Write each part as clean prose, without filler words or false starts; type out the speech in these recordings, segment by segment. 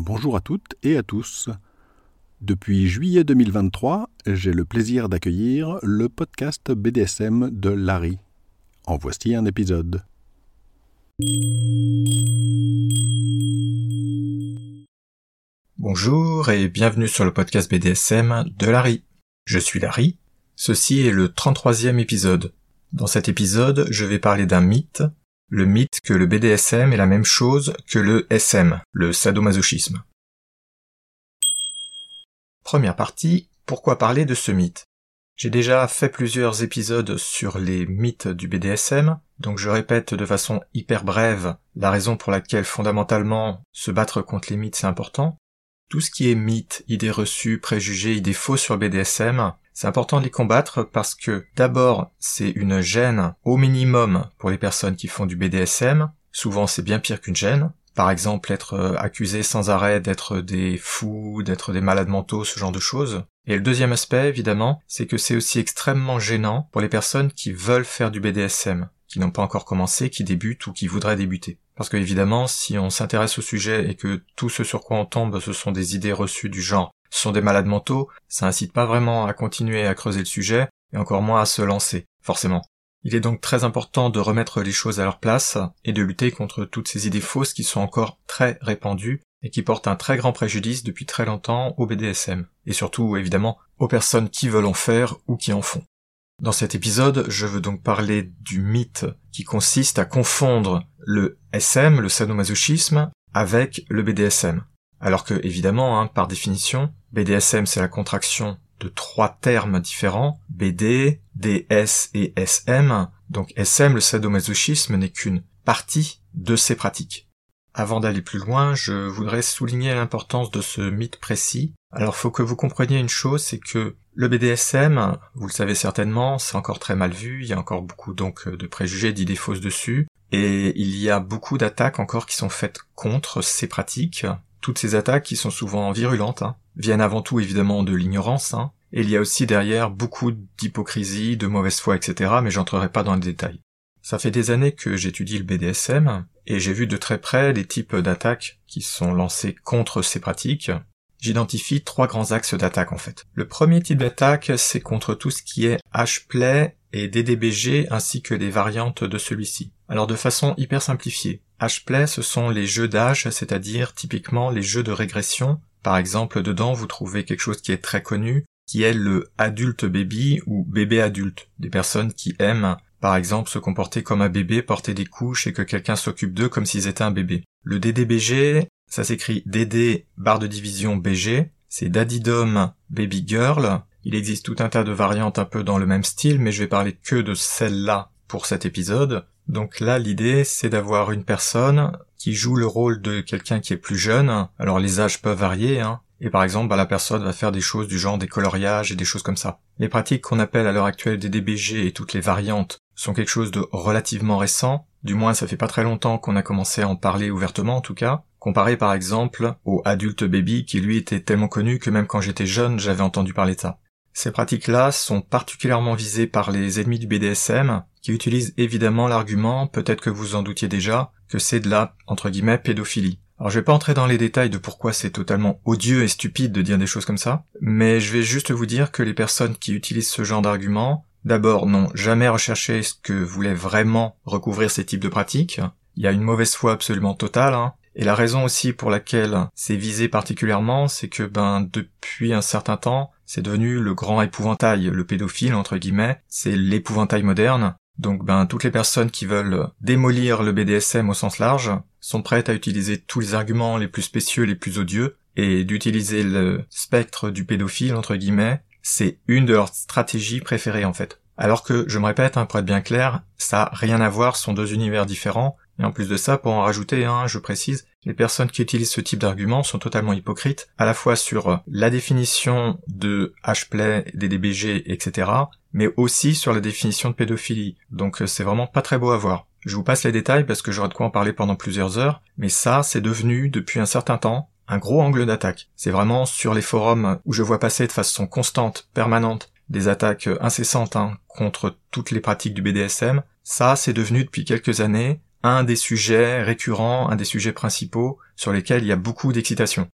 Bonjour à toutes et à tous. Depuis juillet 2023, j'ai le plaisir d'accueillir le podcast BDSM de Larry. En voici un épisode. Bonjour et bienvenue sur le podcast BDSM de Larry. Je suis Larry. Ceci est le 33e épisode. Dans cet épisode, je vais parler d'un mythe, le mythe que le BDSM est la même chose que le SM, le sadomasochisme. Première partie, pourquoi parler de ce mythe ? J'ai déjà fait plusieurs épisodes sur les mythes du BDSM, donc je répète de façon hyper brève la raison pour laquelle fondamentalement se battre contre les mythes c'est important. Tout ce qui est mythes, idées reçues, préjugés, idées fausses sur le BDSM, c'est important de les combattre parce que d'abord c'est une gêne au minimum pour les personnes qui font du BDSM, souvent c'est bien pire qu'une gêne. Par exemple, être accusé sans arrêt d'être des fous, d'être des malades mentaux, ce genre de choses. Et le deuxième aspect, évidemment, c'est que c'est aussi extrêmement gênant pour les personnes qui veulent faire du BDSM, qui n'ont pas encore commencé, qui débutent ou qui voudraient débuter. Parce que évidemment, si on s'intéresse au sujet et que tout ce sur quoi on tombe, ce sont des idées reçues du genre « ce sont des malades mentaux », ça incite pas vraiment à continuer à creuser le sujet, et encore moins à se lancer, forcément. Il est donc très important de remettre les choses à leur place et de lutter contre toutes ces idées fausses qui sont encore très répandues et qui portent un très grand préjudice depuis très longtemps au BDSM, et surtout, évidemment, aux personnes qui veulent en faire ou qui en font. Dans cet épisode, je veux donc parler du mythe qui consiste à confondre le SM, le sadomasochisme, avec le BDSM. Alors que, évidemment, par définition, BDSM c'est la contraction de 3 termes différents, BD, DS et SM, donc SM, le sadomasochisme, n'est qu'une partie de ces pratiques. Avant d'aller plus loin, je voudrais souligner l'importance de ce mythe précis. Alors faut que vous compreniez une chose, c'est que le BDSM, vous le savez certainement, c'est encore très mal vu, il y a encore beaucoup donc de préjugés, d'idées fausses dessus, et il y a beaucoup d'attaques encore qui sont faites contre ces pratiques. Toutes ces attaques, qui sont souvent virulentes, viennent avant tout évidemment de l'ignorance, et il y a aussi derrière beaucoup d'hypocrisie, de mauvaise foi, etc., mais j'entrerai pas dans les détails. Ça fait des années que j'étudie le BDSM, et j'ai vu de très près les types d'attaques qui sont lancées contre ces pratiques. J'identifie 3 grands axes d'attaque en fait. Le premier type d'attaque, c'est contre tout ce qui est H-play et DDBG ainsi que les variantes de celui-ci. Alors de façon hyper simplifiée, H-play ce sont les jeux d'âge, c'est-à-dire typiquement les jeux de régression. Par exemple, dedans vous trouvez quelque chose qui est très connu, qui est le adulte baby ou bébé adulte. Des personnes qui aiment, par exemple, se comporter comme un bébé, porter des couches et que quelqu'un s'occupe d'eux comme s'ils étaient un bébé. Le DDBG, ça s'écrit DD barre de division BG, c'est Daddy Dom Baby Girl. Il existe tout un tas de variantes un peu dans le même style, mais je vais parler que de celle-là pour cet épisode. Donc là, l'idée, c'est d'avoir une personne qui joue le rôle de quelqu'un qui est plus jeune. Alors les âges peuvent varier, et par exemple, la personne va faire des choses du genre des coloriages et des choses comme ça. Les pratiques qu'on appelle à l'heure actuelle des DBG et toutes les variantes sont quelque chose de relativement récent. Du moins, ça fait pas très longtemps qu'on a commencé à en parler ouvertement, en tout cas. Comparé par exemple au adulte baby qui lui était tellement connu que même quand j'étais jeune, j'avais entendu parler de ça. Ces pratiques-là sont particulièrement visées par les ennemis du BDSM, qui utilisent évidemment l'argument, peut-être que vous en doutiez déjà, que c'est de la, entre guillemets, pédophilie. Alors je vais pas entrer dans les détails de pourquoi c'est totalement odieux et stupide de dire des choses comme ça, mais je vais juste vous dire que les personnes qui utilisent ce genre d'argument, d'abord n'ont jamais recherché ce que voulait vraiment recouvrir ces types de pratiques, il y a une mauvaise foi absolument totale, et la raison aussi pour laquelle c'est visé particulièrement, c'est que depuis un certain temps, c'est devenu le grand épouvantail, le pédophile entre guillemets, c'est l'épouvantail moderne. Donc toutes les personnes qui veulent démolir le BDSM au sens large sont prêtes à utiliser tous les arguments les plus spécieux, les plus odieux, et d'utiliser le spectre du pédophile entre guillemets, c'est une de leurs stratégies préférées en fait. Alors que, je me répète, pour être bien clair, ça a rien à voir, ce sont 2 univers différents, et en plus de ça, pour en rajouter, je précise, les personnes qui utilisent ce type d'argument sont totalement hypocrites, à la fois sur la définition de H-play, des DBG, etc., mais aussi sur la définition de pédophilie. Donc c'est vraiment pas très beau à voir. Je vous passe les détails parce que j'aurai de quoi en parler pendant plusieurs heures, mais ça, c'est devenu, depuis un certain temps, un gros angle d'attaque. C'est vraiment sur les forums où je vois passer de façon constante, permanente, des attaques incessantes contre toutes les pratiques du BDSM. Ça, c'est devenu depuis quelques années un des sujets récurrents, un des sujets principaux sur lesquels il y a beaucoup d'excitation.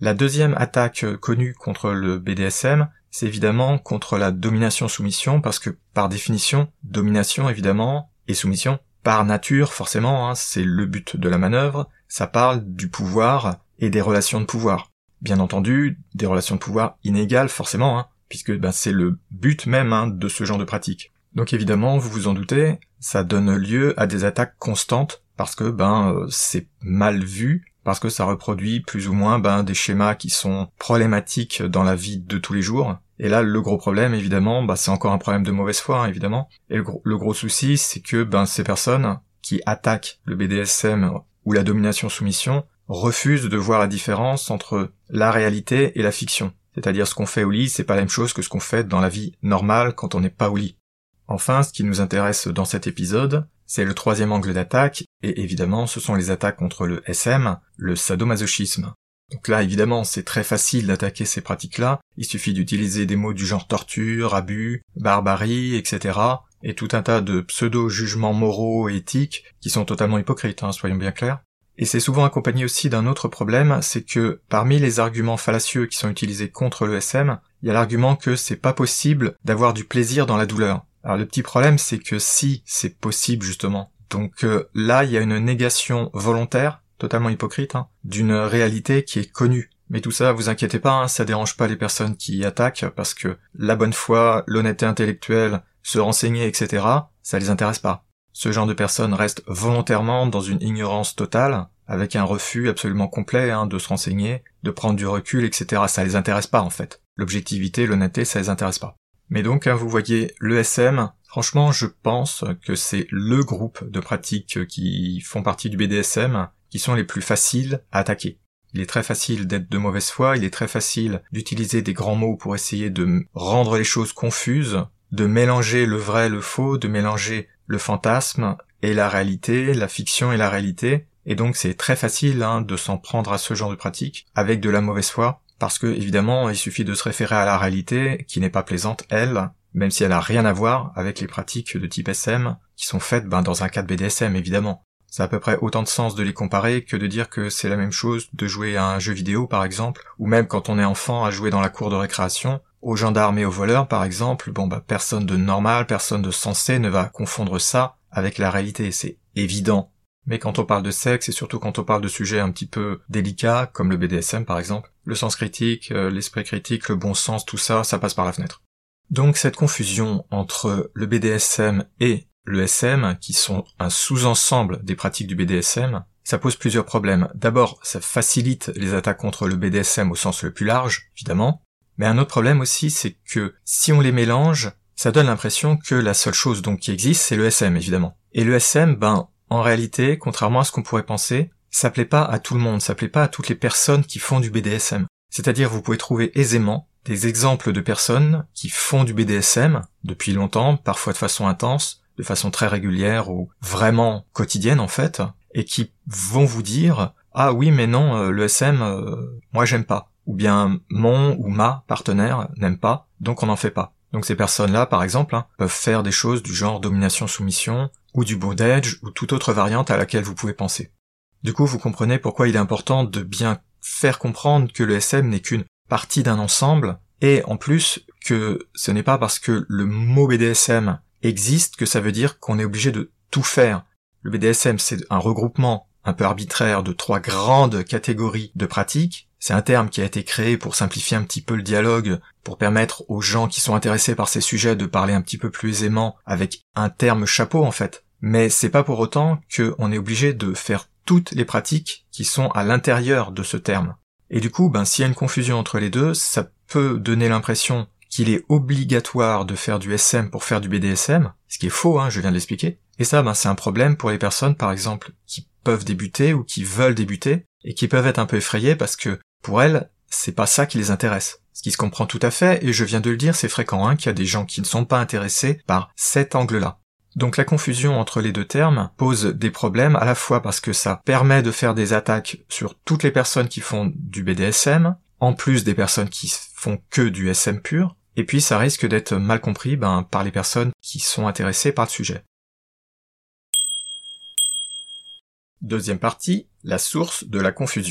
La deuxième attaque connue contre le BDSM, c'est évidemment contre la domination-soumission, parce que par définition, domination évidemment, et soumission, par nature forcément, c'est le but de la manœuvre, ça parle du pouvoir et des relations de pouvoir. Bien entendu, des relations de pouvoir inégales forcément, puisque c'est le but même de ce genre de pratique. Donc évidemment, vous vous en doutez, ça donne lieu à des attaques constantes, parce que c'est mal vu, parce que ça reproduit plus ou moins des schémas qui sont problématiques dans la vie de tous les jours. Et là, le gros problème, évidemment, c'est encore un problème de mauvaise foi, évidemment. Et le gros souci, c'est que ces personnes qui attaquent le BDSM ou la domination-soumission refusent de voir la différence entre la réalité et la fiction. C'est-à-dire ce qu'on fait au lit, c'est pas la même chose que ce qu'on fait dans la vie normale quand on n'est pas au lit. Enfin, ce qui nous intéresse dans cet épisode, c'est le troisième angle d'attaque, et évidemment, ce sont les attaques contre le SM, le sadomasochisme. Donc là, évidemment, c'est très facile d'attaquer ces pratiques-là, il suffit d'utiliser des mots du genre torture, abus, barbarie, etc., et tout un tas de pseudo-jugements moraux et éthiques qui sont totalement hypocrites, soyons bien clairs. Et c'est souvent accompagné aussi d'un autre problème, c'est que parmi les arguments fallacieux qui sont utilisés contre le SM, il y a l'argument que c'est pas possible d'avoir du plaisir dans la douleur. Alors le petit problème, c'est que si, c'est possible justement. Donc là, il y a une négation volontaire, totalement hypocrite, d'une réalité qui est connue. Mais tout ça, vous inquiétez pas, ça dérange pas les personnes qui attaquent, parce que la bonne foi, l'honnêteté intellectuelle, se renseigner, etc., ça les intéresse pas. Ce genre de personnes restent volontairement dans une ignorance totale, avec un refus absolument complet de se renseigner, de prendre du recul, etc. Ça les intéresse pas en fait. L'objectivité, l'honnêteté, ça les intéresse pas. Mais donc, vous voyez, le SM, franchement, je pense que c'est le groupe de pratiques qui font partie du BDSM qui sont les plus faciles à attaquer. Il est très facile d'être de mauvaise foi, il est très facile d'utiliser des grands mots pour essayer de rendre les choses confuses, de mélanger le vrai et le faux, de mélanger le fantasme et la réalité, la fiction et la réalité, et donc c'est très facile de s'en prendre à ce genre de pratique avec de la mauvaise foi, parce que évidemment il suffit de se référer à la réalité, qui n'est pas plaisante, elle, même si elle a rien à voir avec les pratiques de type SM, qui sont faites dans un cadre BDSM évidemment. Ça a à peu près autant de sens de les comparer que de dire que c'est la même chose de jouer à un jeu vidéo par exemple, ou même quand on est enfant à jouer dans la cour de récréation, aux gendarmes et aux voleurs par exemple, personne de normal, personne de sensé ne va confondre ça avec la réalité, c'est évident. Mais quand on parle de sexe, et surtout quand on parle de sujets un petit peu délicats, comme le BDSM par exemple, le sens critique, l'esprit critique, le bon sens, tout ça, ça passe par la fenêtre. Donc cette confusion entre le BDSM et le SM, qui sont un sous-ensemble des pratiques du BDSM, ça pose plusieurs problèmes. D'abord, ça facilite les attaques contre le BDSM au sens le plus large, évidemment. Mais un autre problème aussi, c'est que si on les mélange, ça donne l'impression que la seule chose donc qui existe, c'est le SM, évidemment. Et le SM, en réalité, contrairement à ce qu'on pourrait penser, ça plaît pas à tout le monde, ça plaît pas à toutes les personnes qui font du BDSM. C'est-à-dire, vous pouvez trouver aisément des exemples de personnes qui font du BDSM depuis longtemps, parfois de façon intense, de façon très régulière ou vraiment quotidienne en fait, et qui vont vous dire « Ah oui mais non, le SM, moi j'aime pas », ou bien « Mon ou ma partenaire n'aime pas, donc on n'en fait pas ». Donc ces personnes-là, par exemple, peuvent faire des choses du genre domination-soumission, ou du bondage, ou toute autre variante à laquelle vous pouvez penser. Du coup, vous comprenez pourquoi il est important de bien faire comprendre que le SM n'est qu'une partie d'un ensemble, et en plus que ce n'est pas parce que le mot BDSM existe que ça veut dire qu'on est obligé de tout faire. Le BDSM, c'est un regroupement un peu arbitraire de 3 grandes catégories de pratiques. C'est un terme qui a été créé pour simplifier un petit peu le dialogue, pour permettre aux gens qui sont intéressés par ces sujets de parler un petit peu plus aisément avec un terme chapeau en fait. Mais c'est pas pour autant qu'on est obligé de faire toutes les pratiques qui sont à l'intérieur de ce terme. Et du coup, s'il y a une confusion entre les deux, ça peut donner l'impression qu'il est obligatoire de faire du SM pour faire du BDSM, ce qui est faux, je viens de l'expliquer. Et ça, c'est un problème pour les personnes, par exemple, qui peuvent débuter ou qui veulent débuter, et qui peuvent être un peu effrayées parce que, pour elles, c'est pas ça qui les intéresse. Ce qui se comprend tout à fait, et je viens de le dire, c'est fréquent, qu'il y a des gens qui ne sont pas intéressés par cet angle-là. Donc la confusion entre les deux termes pose des problèmes, à la fois parce que ça permet de faire des attaques sur toutes les personnes qui font du BDSM, en plus des personnes qui font que du SM pur, et puis ça risque d'être mal compris par les personnes qui sont intéressées par le sujet. Deuxième partie, la source de la confusion.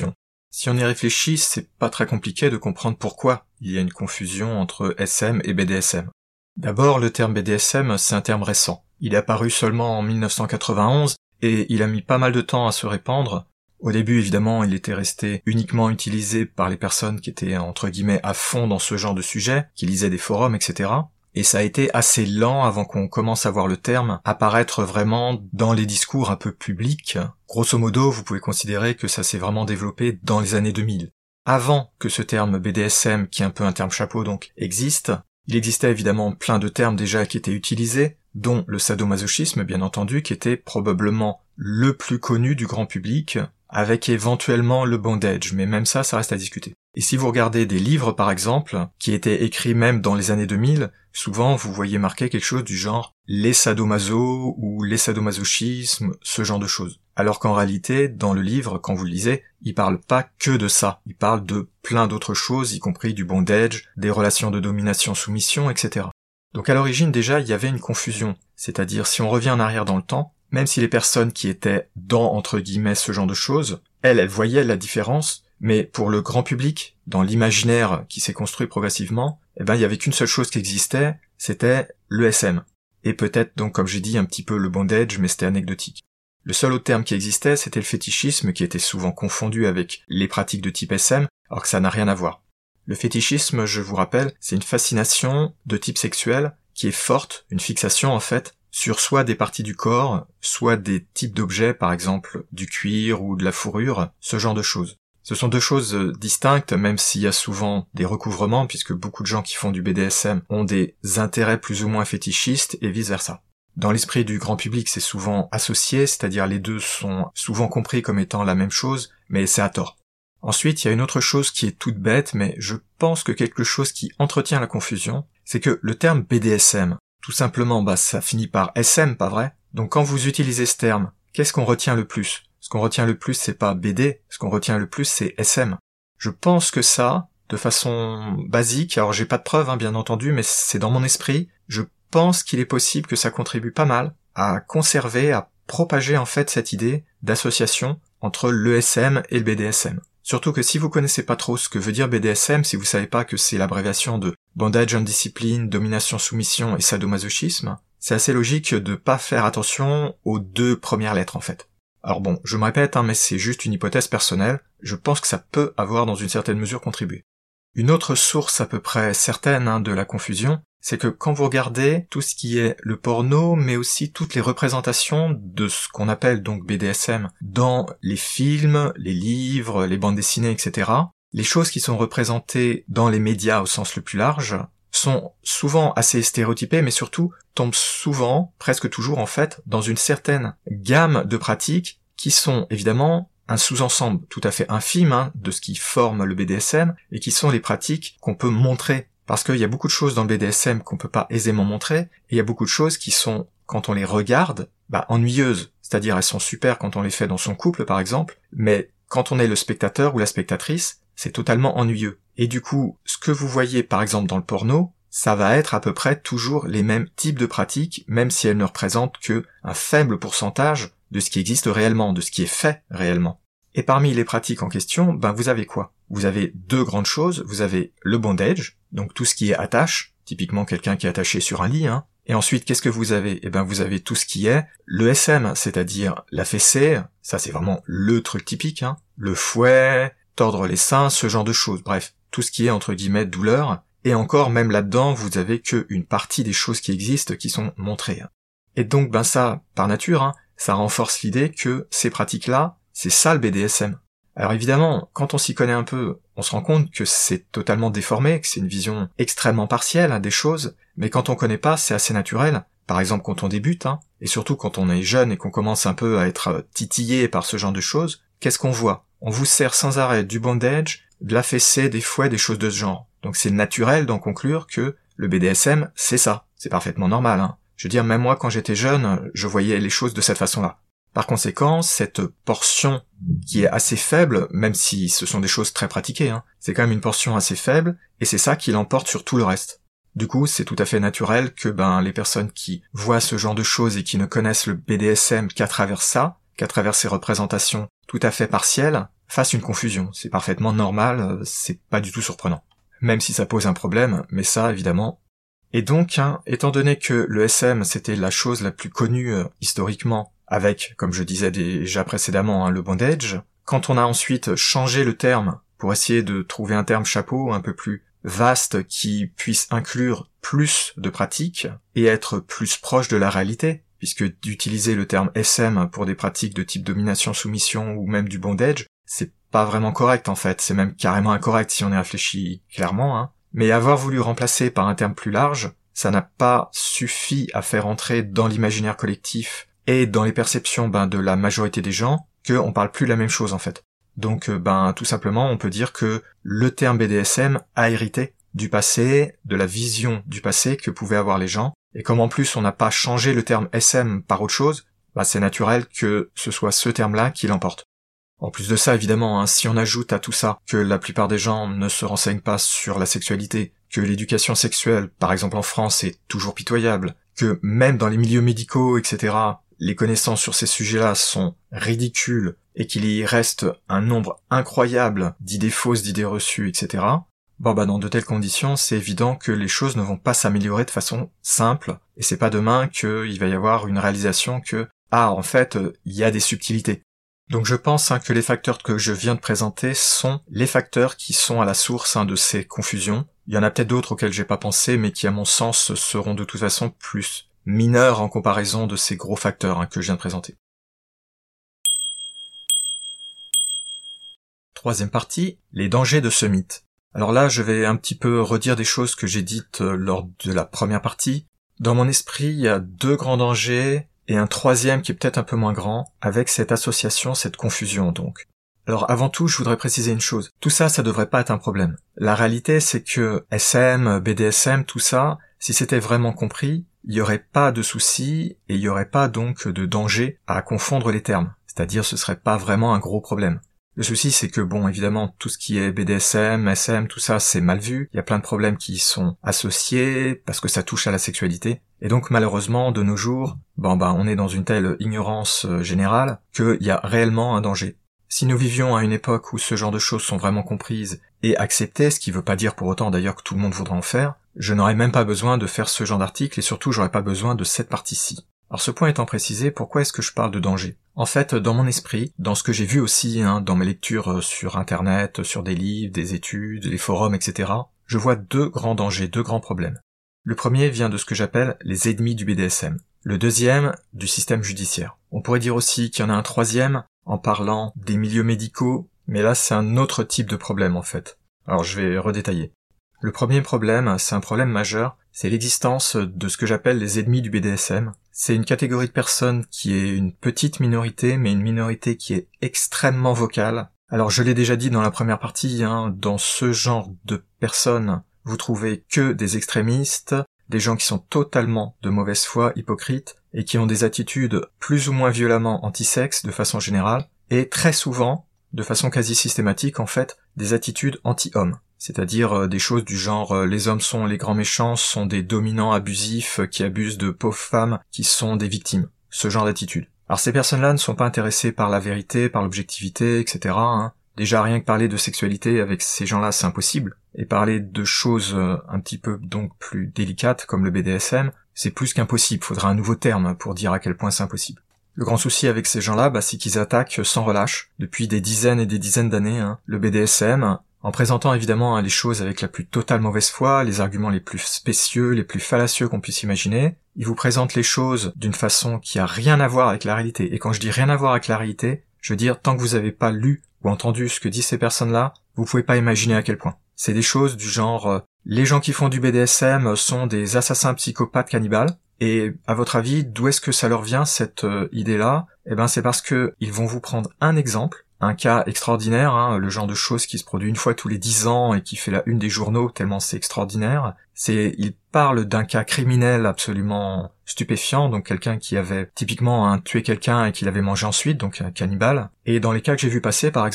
Si on y réfléchit, c'est pas très compliqué de comprendre pourquoi il y a une confusion entre SM et BDSM. D'abord, le terme BDSM, c'est un terme récent. Il est apparu seulement en 1991 et il a mis pas mal de temps à se répandre. Au début, évidemment, il était resté uniquement utilisé par les personnes qui étaient, entre guillemets, à fond dans ce genre de sujet, qui lisaient des forums, etc. Et ça a été assez lent avant qu'on commence à voir le terme apparaître vraiment dans les discours un peu publics. Grosso modo, vous pouvez considérer que ça s'est vraiment développé dans les années 2000. Avant que ce terme BDSM, qui est un peu un terme chapeau donc, existe, il existait évidemment plein de termes déjà qui étaient utilisés, dont le sadomasochisme bien entendu, qui était probablement le plus connu du grand public, avec éventuellement le bondage, mais même ça reste à discuter. Et si vous regardez des livres par exemple, qui étaient écrits même dans les années 2000, souvent vous voyez marqué quelque chose du genre les sadomaso ou les sadomasochismes, ce genre de choses. Alors qu'en réalité, dans le livre, quand vous le lisez, il parle pas que de ça, il parle de plein d'autres choses, y compris du bondage, des relations de domination-soumission, etc. Donc à l'origine déjà, il y avait une confusion, c'est-à-dire si on revient en arrière dans le temps, même si les personnes qui étaient dans, entre guillemets, ce genre de choses, elles voyaient la différence, mais pour le grand public, dans l'imaginaire qui s'est construit progressivement, il y avait qu'une seule chose qui existait, c'était le SM. Et peut-être donc, comme j'ai dit, un petit peu le bondage, mais c'était anecdotique. Le seul autre terme qui existait, c'était le fétichisme, qui était souvent confondu avec les pratiques de type SM, alors que ça n'a rien à voir. Le fétichisme, je vous rappelle, c'est une fascination de type sexuel qui est forte, une fixation en fait, sur soit des parties du corps, soit des types d'objets, par exemple du cuir ou de la fourrure, ce genre de choses. Ce sont deux choses distinctes, même s'il y a souvent des recouvrements, puisque beaucoup de gens qui font du BDSM ont des intérêts plus ou moins fétichistes et vice-versa. Dans l'esprit du grand public, c'est souvent associé, c'est-à-dire les deux sont souvent compris comme étant la même chose, mais c'est à tort. Ensuite, il y a une autre chose qui est toute bête, mais je pense que quelque chose qui entretient la confusion, c'est que le terme BDSM, tout simplement, ça finit par SM, pas vrai? Donc quand vous utilisez ce terme, qu'est-ce qu'on retient le plus? Ce qu'on retient le plus, c'est pas BD, ce qu'on retient le plus, c'est SM. Je pense que ça, de façon basique, alors j'ai pas de preuves, bien entendu, mais c'est dans mon esprit, je pense qu'il est possible que ça contribue pas mal à conserver, à propager en fait cette idée d'association entre l'ESM et le BDSM. Surtout que si vous connaissez pas trop ce que veut dire BDSM, si vous savez pas que c'est l'abréviation de Bondage and Discipline, Domination-Soumission et Sadomasochisme, c'est assez logique de pas faire attention aux deux premières lettres en fait. Alors bon, je me répète, mais c'est juste une hypothèse personnelle, je pense que ça peut avoir dans une certaine mesure contribué. Une autre source à peu près certaine de la confusion, c'est que quand vous regardez tout ce qui est le porno, mais aussi toutes les représentations de ce qu'on appelle donc BDSM dans les films, les livres, les bandes dessinées, etc., les choses qui sont représentées dans les médias au sens le plus large sont souvent assez stéréotypées, mais surtout tombent souvent, presque toujours en fait, dans une certaine gamme de pratiques qui sont évidemment un sous-ensemble tout à fait infime de ce qui forme le BDSM et qui sont les pratiques qu'on peut montrer. Parce qu'il y a beaucoup de choses dans le BDSM qu'on peut pas aisément montrer, et il y a beaucoup de choses qui sont, quand on les regarde, ennuyeuses. C'est-à-dire elles sont super quand on les fait dans son couple par exemple, mais quand on est le spectateur ou la spectatrice, c'est totalement ennuyeux. Et du coup, ce que vous voyez par exemple dans le porno, ça va être à peu près toujours les mêmes types de pratiques, même si elles ne représentent que un faible pourcentage de ce qui existe réellement, de ce qui est fait réellement. Et parmi les pratiques en question, vous avez quoi? Vous avez deux grandes choses, vous avez le bondage, donc tout ce qui est attache, typiquement quelqu'un qui est attaché sur un lit, et ensuite qu'est-ce que vous avez? Vous avez tout ce qui est le SM, c'est-à-dire la fessée, ça c'est vraiment le truc typique, le fouet, tordre les seins, ce genre de choses, bref, tout ce qui est entre guillemets douleur, et encore même là-dedans, vous avez que une partie des choses qui existent qui sont montrées. Et donc ça, par nature, ça renforce l'idée que ces pratiques-là, c'est ça le BDSM. Alors évidemment, quand on s'y connaît un peu, on se rend compte que c'est totalement déformé, que c'est une vision extrêmement partielle des choses, mais quand on connaît pas, c'est assez naturel. Par exemple quand on débute, et surtout quand on est jeune et qu'on commence un peu à être titillé par ce genre de choses, qu'est-ce qu'on voit? On vous sert sans arrêt du bondage, de la fessée, des fouets, des choses de ce genre. Donc c'est naturel d'en conclure que le BDSM, c'est ça. C'est parfaitement normal. Je veux dire, même moi quand j'étais jeune, je voyais les choses de cette façon-là. Par conséquent, cette portion qui est assez faible, même si ce sont des choses très pratiquées, c'est quand même une portion assez faible, et c'est ça qui l'emporte sur tout le reste. Du coup, c'est tout à fait naturel que les personnes qui voient ce genre de choses et qui ne connaissent le BDSM qu'à travers ça, qu'à travers ces représentations tout à fait partielles, fasse une confusion. C'est parfaitement normal, c'est pas du tout surprenant. Même si ça pose un problème, mais ça, évidemment. Et donc, étant donné que le SM, c'était la chose la plus connue historiquement, avec, comme je disais déjà précédemment, le bondage, quand on a ensuite changé le terme pour essayer de trouver un terme chapeau un peu plus vaste qui puisse inclure plus de pratiques et être plus proche de la réalité, puisque d'utiliser le terme SM pour des pratiques de type domination-soumission ou même du bondage, c'est pas vraiment correct en fait, c'est même carrément incorrect si on y réfléchit clairement, Mais avoir voulu remplacer par un terme plus large, ça n'a pas suffi à faire entrer dans l'imaginaire collectif et dans les perceptions de la majorité des gens qu'on parle plus de la même chose en fait. Donc tout simplement on peut dire que le terme BDSM a hérité du passé, de la vision du passé que pouvaient avoir les gens, et comme en plus on n'a pas changé le terme SM par autre chose, c'est naturel que ce soit ce terme-là qui l'emporte. En plus de ça, évidemment, si on ajoute à tout ça que la plupart des gens ne se renseignent pas sur la sexualité, que l'éducation sexuelle, par exemple en France, est toujours pitoyable, que même dans les milieux médicaux, etc., les connaissances sur ces sujets-là sont ridicules, et qu'il y reste un nombre incroyable d'idées fausses, d'idées reçues, etc., dans de telles conditions, c'est évident que les choses ne vont pas s'améliorer de façon simple, et c'est pas demain qu'il va y avoir une réalisation que, en fait, il y a des subtilités. Donc je pense que les facteurs que je viens de présenter sont les facteurs qui sont à la source de ces confusions. Il y en a peut-être d'autres auxquels j'ai pas pensé, mais qui à mon sens seront de toute façon plus mineurs en comparaison de ces gros facteurs que je viens de présenter. Troisième partie, les dangers de ce mythe. Alors là, je vais un petit peu redire des choses que j'ai dites lors de la première partie. Dans mon esprit, il y a deux grands dangers, et un troisième qui est peut-être un peu moins grand, avec cette association, cette confusion donc. Alors avant tout, je voudrais préciser une chose. Tout ça, ça devrait pas être un problème. La réalité, c'est que SM, BDSM, tout ça, si c'était vraiment compris, il y aurait pas de souci, et il y aurait pas donc de danger à confondre les termes. C'est-à-dire, ce serait pas vraiment un gros problème. Le souci, c'est que évidemment, tout ce qui est BDSM, SM, tout ça, c'est mal vu. Il y a plein de problèmes qui y sont associés, parce que ça touche à la sexualité. Et donc, malheureusement, de nos jours, on est dans une telle ignorance générale qu'il y a réellement un danger. Si nous vivions à une époque où ce genre de choses sont vraiment comprises et acceptées, ce qui veut pas dire pour autant d'ailleurs que tout le monde voudra en faire, je n'aurais même pas besoin de faire ce genre d'article et surtout j'aurais pas besoin de cette partie-ci. Alors ce point étant précisé, pourquoi est-ce que je parle de danger ? En fait, dans mon esprit, dans ce que j'ai vu aussi dans mes lectures sur internet, sur des livres, des études, les forums, etc., je vois deux grands dangers, deux grands problèmes. Le premier vient de ce que j'appelle les ennemis du BDSM. Le deuxième, du système judiciaire. On pourrait dire aussi qu'il y en a un troisième, en parlant des milieux médicaux, mais là c'est un autre type de problème en fait. Alors je vais redétailler. Le premier problème, c'est un problème majeur, c'est l'existence de ce que j'appelle les ennemis du BDSM. C'est une catégorie de personnes qui est une petite minorité, mais une minorité qui est extrêmement vocale. Alors je l'ai déjà dit dans la première partie, dans ce genre de personnes, vous trouvez que des extrémistes, des gens qui sont totalement de mauvaise foi, hypocrites, et qui ont des attitudes plus ou moins violemment anti-sexe de façon générale, et très souvent, de façon quasi systématique en fait, des attitudes anti-hommes. C'est-à-dire des choses du genre les hommes sont les grands méchants, sont des dominants abusifs qui abusent de pauvres femmes qui sont des victimes. Ce genre d'attitude. Alors ces personnes-là ne sont pas intéressées par la vérité, par l'objectivité, etc. Déjà rien que parler de sexualité avec ces gens-là c'est impossible. Et parler de choses un petit peu donc plus délicates comme le BDSM, c'est plus qu'impossible. Faudra un nouveau terme pour dire à quel point c'est impossible. Le grand souci avec ces gens-là, c'est qu'ils attaquent sans relâche, depuis des dizaines et des dizaines d'années, le BDSM, en présentant évidemment les choses avec la plus totale mauvaise foi, les arguments les plus spécieux, les plus fallacieux qu'on puisse imaginer. Ils vous présentent les choses d'une façon qui a rien à voir avec la réalité. Et quand je dis rien à voir avec la réalité, je veux dire tant que vous avez pas lu ou entendu ce que disent ces personnes-là, vous pouvez pas imaginer à quel point. C'est des choses du genre les gens qui font du BDSM sont des assassins psychopathes cannibales. Et à votre avis, d'où est-ce que ça leur vient cette idée-là ? C'est parce que ils vont vous prendre un exemple, un cas extraordinaire, le genre de chose qui se produit une fois tous les 10 ans et qui fait la une des journaux tellement c'est extraordinaire. Ils parlent d'un cas criminel absolument stupéfiant, donc quelqu'un qui avait typiquement tué quelqu'un et qui l'avait mangé ensuite, donc un cannibale. Et dans les cas que j'ai vu passer, par exemple,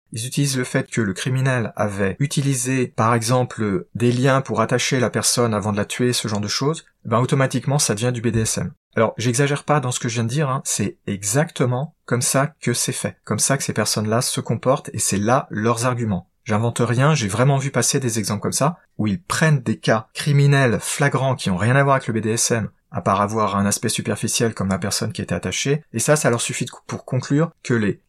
ils utilisent le fait que le criminel avait utilisé, par exemple, des liens pour attacher la personne avant de la tuer, ce genre de choses, ben automatiquement ça devient du BDSM. Alors, j'exagère pas dans ce que je viens de dire, c'est exactement comme ça que c'est fait, comme ça que ces personnes-là se comportent, et c'est là leurs arguments. J'invente rien, j'ai vraiment vu passer des exemples comme ça, où ils prennent des cas criminels flagrants qui ont rien à voir avec le BDSM, à part avoir un aspect superficiel comme la personne qui était attachée, et ça leur suffit pour conclure que les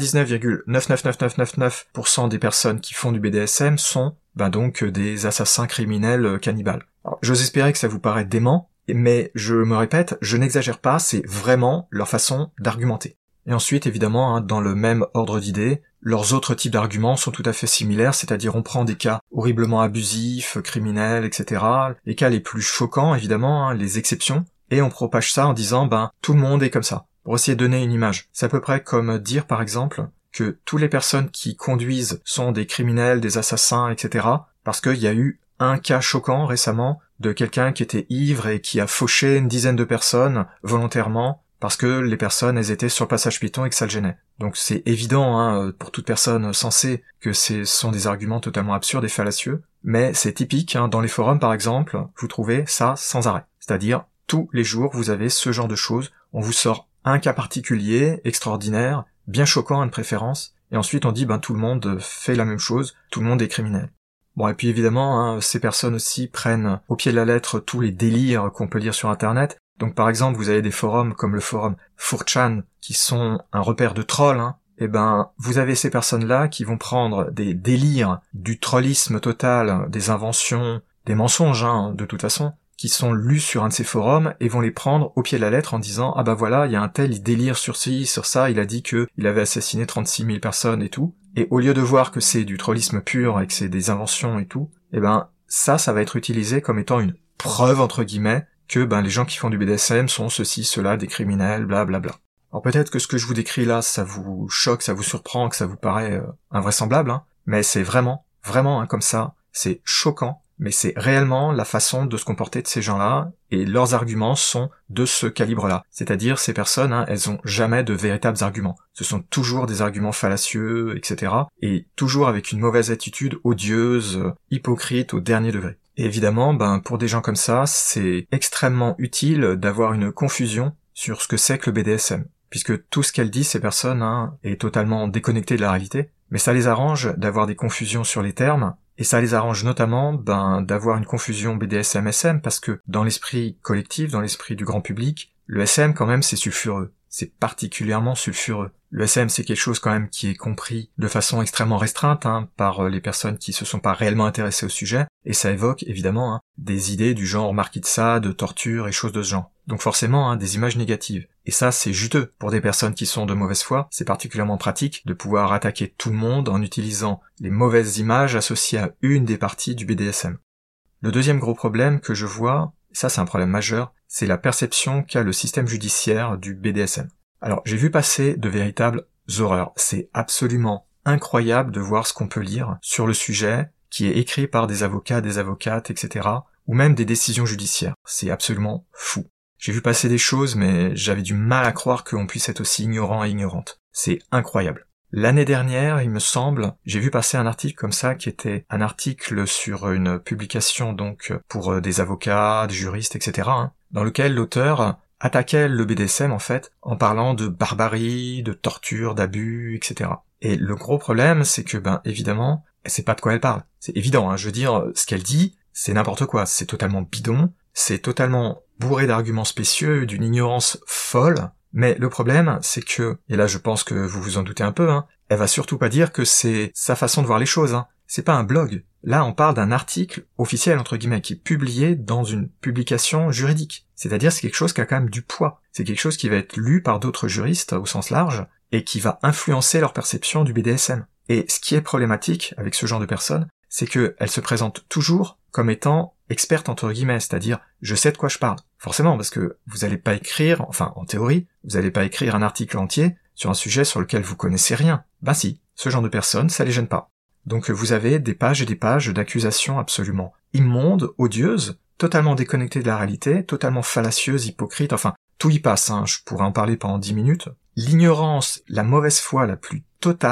99,99999% des personnes qui font du BDSM sont, donc, des assassins criminels cannibales. Alors, j'ose espérer que ça vous paraît dément, mais je me répète, je n'exagère pas, c'est vraiment leur façon d'argumenter. Et ensuite, évidemment, dans le même ordre d'idées, leurs autres types d'arguments sont tout à fait similaires, c'est-à-dire on prend des cas horriblement abusifs, criminels, etc., les cas les plus choquants, évidemment, les exceptions, et on propage ça en disant, tout le monde est comme ça, pour essayer de donner une image. C'est à peu près comme dire, par exemple, que toutes les personnes qui conduisent sont des criminels, des assassins, etc., parce qu'il y a eu un cas choquant récemment de quelqu'un qui était ivre et qui a fauché une dizaine de personnes volontairement, parce que les personnes, elles étaient sur le passage piéton et que ça le gênait. Donc c'est évident, pour toute personne sensée, que ce sont des arguments totalement absurdes et fallacieux, mais c'est typique, dans les forums par exemple, vous trouvez ça sans arrêt. C'est-à-dire, tous les jours, vous avez ce genre de choses, on vous sort un cas particulier, extraordinaire, bien choquant de préférence, et ensuite on dit, tout le monde fait la même chose, tout le monde est criminel. Bon, et puis évidemment, ces personnes aussi prennent au pied de la lettre tous les délires qu'on peut lire sur Internet. Donc par exemple, vous avez des forums comme le forum 4chan qui sont un repère de trolls, et vous avez ces personnes-là qui vont prendre des délires, du trollisme total, des inventions, des mensonges, de toute façon, qui sont lus sur un de ces forums et vont les prendre au pied de la lettre en disant « Ah voilà, il y a un tel, il délire sur ci, sur ça, il a dit que il avait assassiné 36 000 personnes et tout. » Et au lieu de voir que c'est du trollisme pur et que c'est des inventions et tout, ça va être utilisé comme étant une preuve, entre guillemets, que les gens qui font du BDSM sont ceci, cela, des criminels, blablabla. Alors peut-être que ce que je vous décris là, ça vous choque, ça vous surprend, que ça vous paraît invraisemblable, mais c'est vraiment comme ça, c'est choquant, mais c'est réellement la façon de se comporter de ces gens-là, et leurs arguments sont de ce calibre-là. C'est-à-dire, ces personnes, elles ont jamais de véritables arguments. Ce sont toujours des arguments fallacieux, etc., et toujours avec une mauvaise attitude odieuse, hypocrite au dernier degré. Et évidemment, pour des gens comme ça, c'est extrêmement utile d'avoir une confusion sur ce que c'est que le BDSM. Puisque tout ce qu'elles disent, ces personnes, est totalement déconnecté de la réalité. Mais ça les arrange d'avoir des confusions sur les termes, et ça les arrange notamment, d'avoir une confusion BDSM-SM, parce que dans l'esprit collectif, dans l'esprit du grand public, le SM quand même c'est sulfureux. C'est particulièrement sulfureux. Le SM, c'est quelque chose quand même qui est compris de façon extrêmement restreinte par les personnes qui se sont pas réellement intéressées au sujet, et ça évoque évidemment des idées du genre Marquis de Sade, torture et choses de ce genre. Donc forcément des images négatives. Et ça, c'est juteux. Pour des personnes qui sont de mauvaise foi, c'est particulièrement pratique de pouvoir attaquer tout le monde en utilisant les mauvaises images associées à une des parties du BDSM. Le deuxième gros problème que je vois, ça c'est un problème majeur, c'est la perception qu'a le système judiciaire du BDSM. Alors, j'ai vu passer de véritables horreurs. C'est absolument incroyable de voir ce qu'on peut lire sur le sujet, qui est écrit par des avocats, des avocates, etc., ou même des décisions judiciaires. C'est absolument fou. J'ai vu passer des choses, mais j'avais du mal à croire qu'on puisse être aussi ignorant et ignorante. C'est incroyable. L'année dernière, il me semble, j'ai vu passer un article comme ça, qui était un article sur une publication donc pour des avocats, des juristes, etc., dans lequel l'auteur attaquait le BDSM en fait, en parlant de barbarie, de torture, d'abus, etc. Et le gros problème, c'est que évidemment, elle sait pas de quoi elle parle. C'est évident, je veux dire, ce qu'elle dit, c'est n'importe quoi, c'est totalement bidon, c'est totalement bourré d'arguments spécieux, d'une ignorance folle, mais le problème, c'est que, et là je pense que vous vous en doutez un peu, elle va surtout pas dire que c'est sa façon de voir les choses, c'est pas un blog. Là, on parle d'un article officiel, entre guillemets, qui est publié dans une publication juridique. C'est-à-dire, c'est quelque chose qui a quand même du poids. C'est quelque chose qui va être lu par d'autres juristes, au sens large, et qui va influencer leur perception du BDSM. Et ce qui est problématique avec ce genre de personnes, c'est qu'elles se présentent toujours comme étant expertes, entre guillemets, c'est-à-dire, je sais de quoi je parle. Forcément, parce que vous allez pas écrire, enfin, en théorie, vous allez pas écrire un article entier sur un sujet sur lequel vous connaissez rien. Si, ce genre de personnes, ça les gêne pas. Donc vous avez des pages et des pages d'accusations absolument immondes, odieuses, totalement déconnectées de la réalité, totalement fallacieuses, hypocrites, enfin, tout y passe, je pourrais en parler pendant 10 minutes. L'ignorance, la mauvaise foi la plus totale,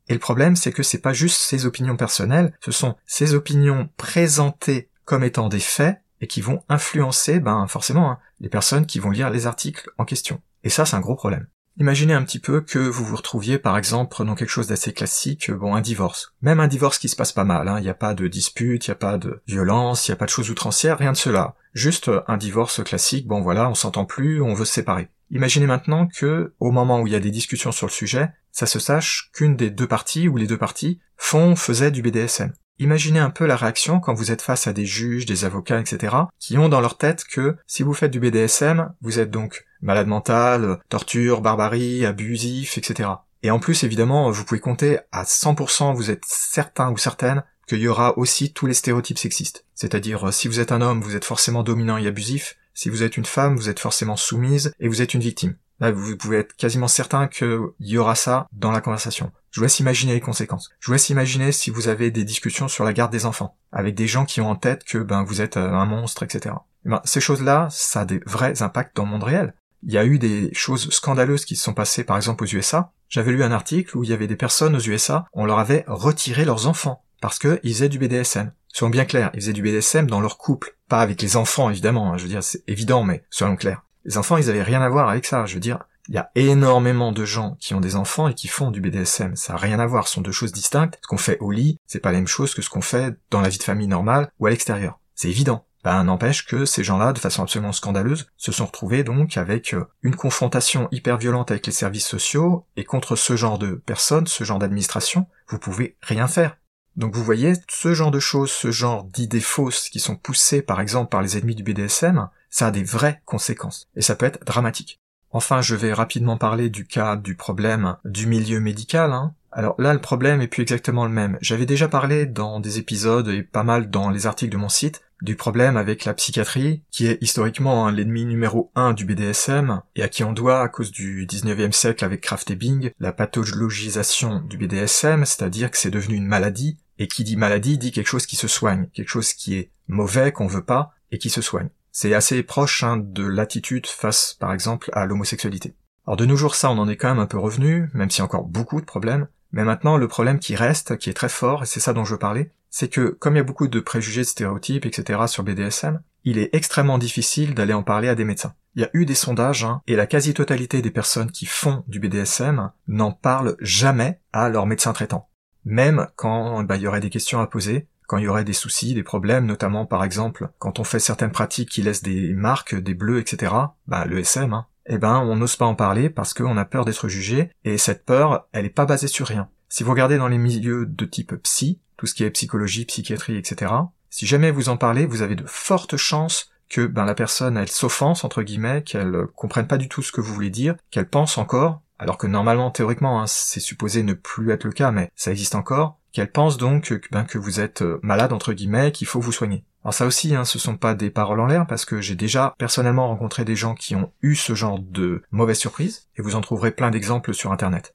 Et le problème, c'est que c'est pas juste ses opinions personnelles, ce sont ses opinions présentées comme étant des faits, et qui vont influencer, forcément, les personnes qui vont lire les articles en question. Et ça, c'est un gros problème. Imaginez un petit peu que vous vous retrouviez, par exemple, prenons quelque chose d'assez classique, un divorce. Même un divorce qui se passe pas mal, il n'y a pas de dispute, il n'y a pas de violence, il n'y a pas de choses outrancières, rien de cela. Juste un divorce classique, on s'entend plus, on veut se séparer. Imaginez maintenant que, au moment où il y a des discussions sur le sujet, ça se sache qu'une des deux parties, ou les deux parties, faisaient du BDSM. Imaginez un peu la réaction quand vous êtes face à des juges, des avocats, etc., qui ont dans leur tête que si vous faites du BDSM, vous êtes donc malade mental, torture, barbarie, abusif, etc. Et en plus, évidemment, vous pouvez compter à 100%, vous êtes certain ou certaine qu'il y aura aussi tous les stéréotypes sexistes. C'est-à-dire, si vous êtes un homme, vous êtes forcément dominant et abusif, si vous êtes une femme, vous êtes forcément soumise et vous êtes une victime. Là, vous pouvez être quasiment certain qu'il y aura ça dans la conversation. Je vous laisse imaginer les conséquences. Je vous laisse imaginer si vous avez des discussions sur la garde des enfants, avec des gens qui ont en tête que vous êtes un monstre, etc. Ces choses-là, ça a des vrais impacts dans le monde réel. Il y a eu des choses scandaleuses qui se sont passées, par exemple, aux USA. J'avais lu un article où il y avait des personnes aux USA, on leur avait retiré leurs enfants, parce qu'ils faisaient du BDSM. Soyons bien clairs, ils faisaient du BDSM dans leur couple, pas avec les enfants, évidemment, je veux dire, c'est évident, mais soyons clairs. Les enfants, ils avaient rien à voir avec ça, je veux dire, il y a énormément de gens qui ont des enfants et qui font du BDSM, ça a rien à voir, ce sont deux choses distinctes. Ce qu'on fait au lit, c'est pas la même chose que ce qu'on fait dans la vie de famille normale ou à l'extérieur. C'est évident. N'empêche que ces gens-là, de façon absolument scandaleuse, se sont retrouvés donc avec une confrontation hyper violente avec les services sociaux, et contre ce genre de personnes, ce genre d'administration, vous pouvez rien faire. Donc vous voyez, ce genre de choses, ce genre d'idées fausses qui sont poussées par exemple par les ennemis du BDSM, ça a des vraies conséquences, et ça peut être dramatique. Enfin, je vais rapidement parler du cas du problème du milieu médical. Alors là, le problème est plus exactement le même. J'avais déjà parlé dans des épisodes, et pas mal dans les articles de mon site, du problème avec la psychiatrie, qui est historiquement l'ennemi numéro 1 du BDSM, et à qui on doit, à cause du 19e siècle avec Kraft et Bing, la pathologisation du BDSM, c'est-à-dire que c'est devenu une maladie, et qui dit maladie dit quelque chose qui se soigne, quelque chose qui est mauvais, qu'on veut pas, et qui se soigne. C'est assez proche de l'attitude face, par exemple, à l'homosexualité. Alors de nos jours, ça, on en est quand même un peu revenu, même s'il y a encore beaucoup de problèmes, mais maintenant, le problème qui reste, qui est très fort, et c'est ça dont je veux parler, c'est que, comme il y a beaucoup de préjugés, de stéréotypes, etc. sur BDSM, il est extrêmement difficile d'aller en parler à des médecins. Il y a eu des sondages, et la quasi-totalité des personnes qui font du BDSM n'en parlent jamais à leur médecin traitant. Même quand il y aurait des questions à poser, quand il y aurait des soucis, des problèmes, notamment par exemple quand on fait certaines pratiques qui laissent des marques, des bleus, etc., le SM, on n'ose pas en parler parce qu'on a peur d'être jugé, et cette peur, elle est pas basée sur rien. Si vous regardez dans les milieux de type psy, tout ce qui est psychologie, psychiatrie, etc., si jamais vous en parlez, vous avez de fortes chances que la personne, elle s'offense, entre guillemets, qu'elle comprenne pas du tout ce que vous voulez dire, qu'elle pense encore, alors que normalement, théoriquement, c'est supposé ne plus être le cas, mais ça existe encore, qu'elle pense donc que vous êtes malade, entre guillemets, qu'il faut vous soigner. Alors ça aussi, ce sont pas des paroles en l'air, parce que j'ai déjà personnellement rencontré des gens qui ont eu ce genre de mauvaise surprise, et vous en trouverez plein d'exemples sur Internet.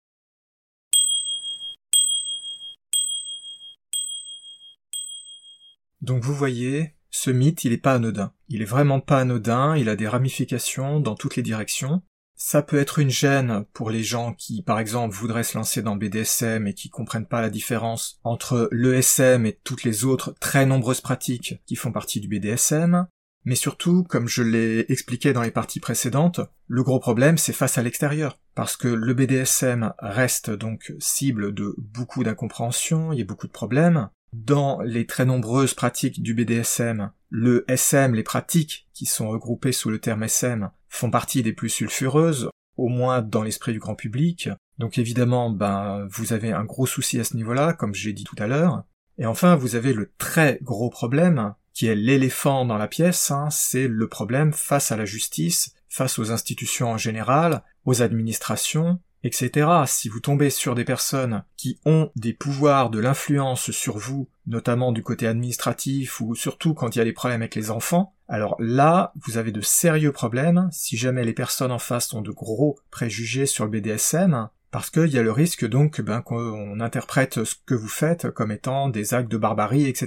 Donc vous voyez, ce mythe, il est pas anodin. Il est vraiment pas anodin, il a des ramifications dans toutes les directions. Ça peut être une gêne pour les gens qui, par exemple, voudraient se lancer dans le BDSM et qui comprennent pas la différence entre l'ESM et toutes les autres très nombreuses pratiques qui font partie du BDSM. Mais surtout, comme je l'ai expliqué dans les parties précédentes, le gros problème, c'est face à l'extérieur. Parce que le BDSM reste donc cible de beaucoup d'incompréhension, il y a beaucoup de problèmes. Dans les très nombreuses pratiques du BDSM, le SM, les pratiques qui sont regroupées sous le terme SM, font partie des plus sulfureuses, au moins dans l'esprit du grand public. Donc évidemment, vous avez un gros souci à ce niveau-là, comme j'ai dit tout à l'heure. Et enfin, vous avez le très gros problème, qui est l'éléphant dans la pièce, c'est le problème face à la justice, face aux institutions en général, aux administrations, etc. Si vous tombez sur des personnes qui ont des pouvoirs de l'influence sur vous, notamment du côté administratif ou surtout quand il y a des problèmes avec les enfants, alors là, vous avez de sérieux problèmes si jamais les personnes en face ont de gros préjugés sur le BDSM, parce qu'il y a le risque donc qu'on interprète ce que vous faites comme étant des actes de barbarie, etc.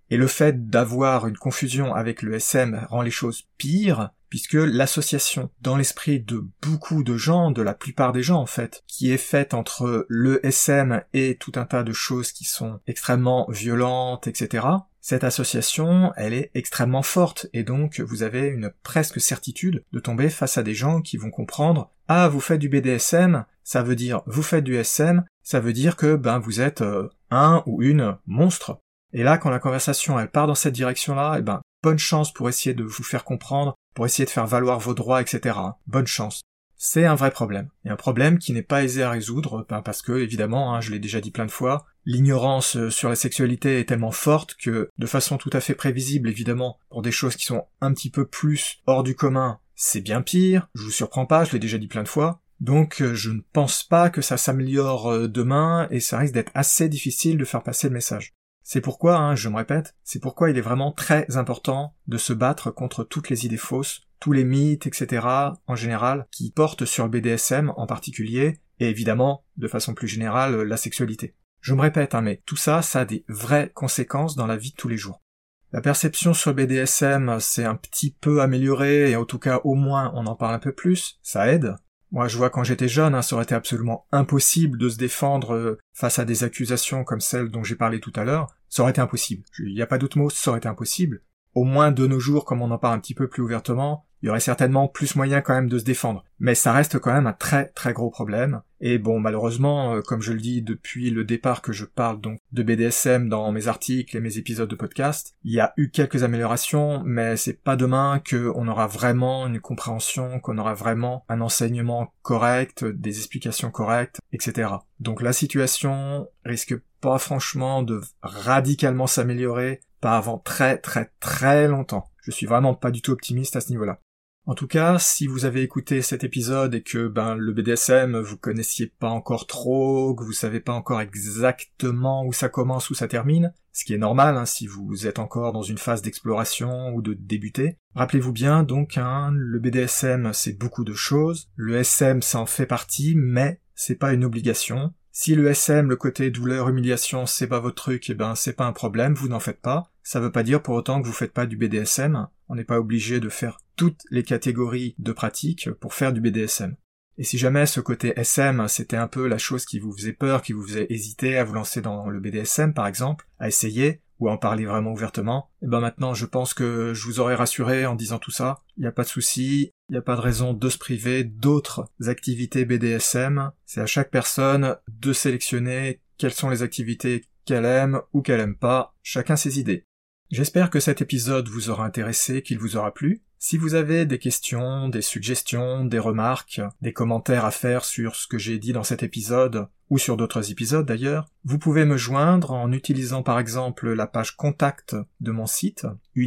Et le fait d'avoir une confusion avec le SM rend les choses pires, puisque l'association dans l'esprit de beaucoup de gens, de la plupart des gens en fait, qui est faite entre le SM et tout un tas de choses qui sont extrêmement violentes, etc., cette association, elle est extrêmement forte, et donc vous avez une presque certitude de tomber face à des gens qui vont comprendre « Ah, vous faites du BDSM, ça veut dire vous faites du SM, ça veut dire que vous êtes un ou une monstre ». Et là, quand la conversation elle part dans cette direction-là, bonne chance pour essayer de vous faire comprendre, pour essayer de faire valoir vos droits, etc. Bonne chance. C'est un vrai problème. Et un problème qui n'est pas aisé à résoudre, parce que, évidemment, je l'ai déjà dit plein de fois, l'ignorance sur la sexualité est tellement forte que, de façon tout à fait prévisible, évidemment, pour des choses qui sont un petit peu plus hors du commun, c'est bien pire, je vous surprends pas, je l'ai déjà dit plein de fois, donc je ne pense pas que ça s'améliore demain, et ça risque d'être assez difficile de faire passer le message. C'est pourquoi, je me répète, c'est pourquoi il est vraiment très important de se battre contre toutes les idées fausses, tous les mythes, etc., en général, qui portent sur le BDSM en particulier, et évidemment, de façon plus générale, la sexualité. Je me répète, mais tout ça, ça a des vraies conséquences dans la vie de tous les jours. La perception sur le BDSM s'est un petit peu améliorée, et en tout cas, au moins, on en parle un peu plus, ça aide. Moi, je vois quand j'étais jeune, ça aurait été absolument impossible de se défendre face à des accusations comme celles dont j'ai parlé tout à l'heure. Ça aurait été impossible. Il n'y a pas d'autre mot, ça aurait été impossible. Au moins de nos jours, comme on en parle un petit peu plus ouvertement, il y aurait certainement plus moyen quand même de se défendre. Mais ça reste quand même un très très gros problème. Et bon, malheureusement, comme je le dis depuis le départ que je parle donc de BDSM dans mes articles et mes épisodes de podcast, il y a eu quelques améliorations, mais c'est pas demain qu'on aura vraiment une compréhension, qu'on aura vraiment un enseignement correct, des explications correctes, etc. Donc la situation risque pas franchement de radicalement s'améliorer, pas avant très très très longtemps. Je suis vraiment pas du tout optimiste à ce niveau-là. En tout cas, si vous avez écouté cet épisode et que le BDSM vous connaissiez pas encore trop, que vous savez pas encore exactement où ça commence, où ça termine, ce qui est normal si vous êtes encore dans une phase d'exploration ou de débuter, rappelez-vous bien donc le BDSM c'est beaucoup de choses, le SM ça en fait partie, mais c'est pas une obligation. Si le SM, le côté douleur, humiliation, c'est pas votre truc, c'est pas un problème, vous n'en faites pas. Ça veut pas dire pour autant que vous faites pas du BDSM. On n'est pas obligé de faire toutes les catégories de pratiques pour faire du BDSM. Et si jamais ce côté SM, c'était un peu la chose qui vous faisait peur, qui vous faisait hésiter à vous lancer dans le BDSM, par exemple, à essayer, ou à en parler vraiment ouvertement, maintenant je pense que je vous aurais rassuré en disant tout ça. Il n'y a pas de souci, il n'y a pas de raison de se priver d'autres activités BDSM. C'est à chaque personne de sélectionner quelles sont les activités qu'elle aime ou qu'elle aime pas, chacun ses idées. J'espère que cet épisode vous aura intéressé, qu'il vous aura plu. Si vous avez des questions, des suggestions, des remarques, des commentaires à faire sur ce que j'ai dit dans cet épisode, ou sur d'autres épisodes d'ailleurs, vous pouvez me joindre en utilisant par exemple la page contact de mon site,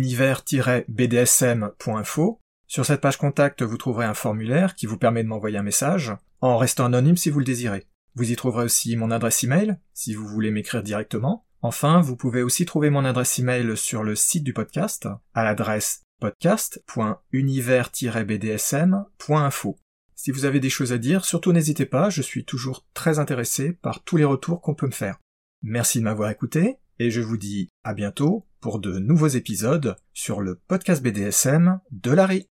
univers-bdsm.info. Sur cette page contact, vous trouverez un formulaire qui vous permet de m'envoyer un message, en restant anonyme si vous le désirez. Vous y trouverez aussi mon adresse email, si vous voulez m'écrire directement. Enfin, vous pouvez aussi trouver mon adresse email sur le site du podcast, à l'adresse podcast.univers-bdsm.info. Si vous avez des choses à dire, surtout n'hésitez pas, je suis toujours très intéressé par tous les retours qu'on peut me faire. Merci de m'avoir écouté, et je vous dis à bientôt pour de nouveaux épisodes sur le podcast BDSM de Larry.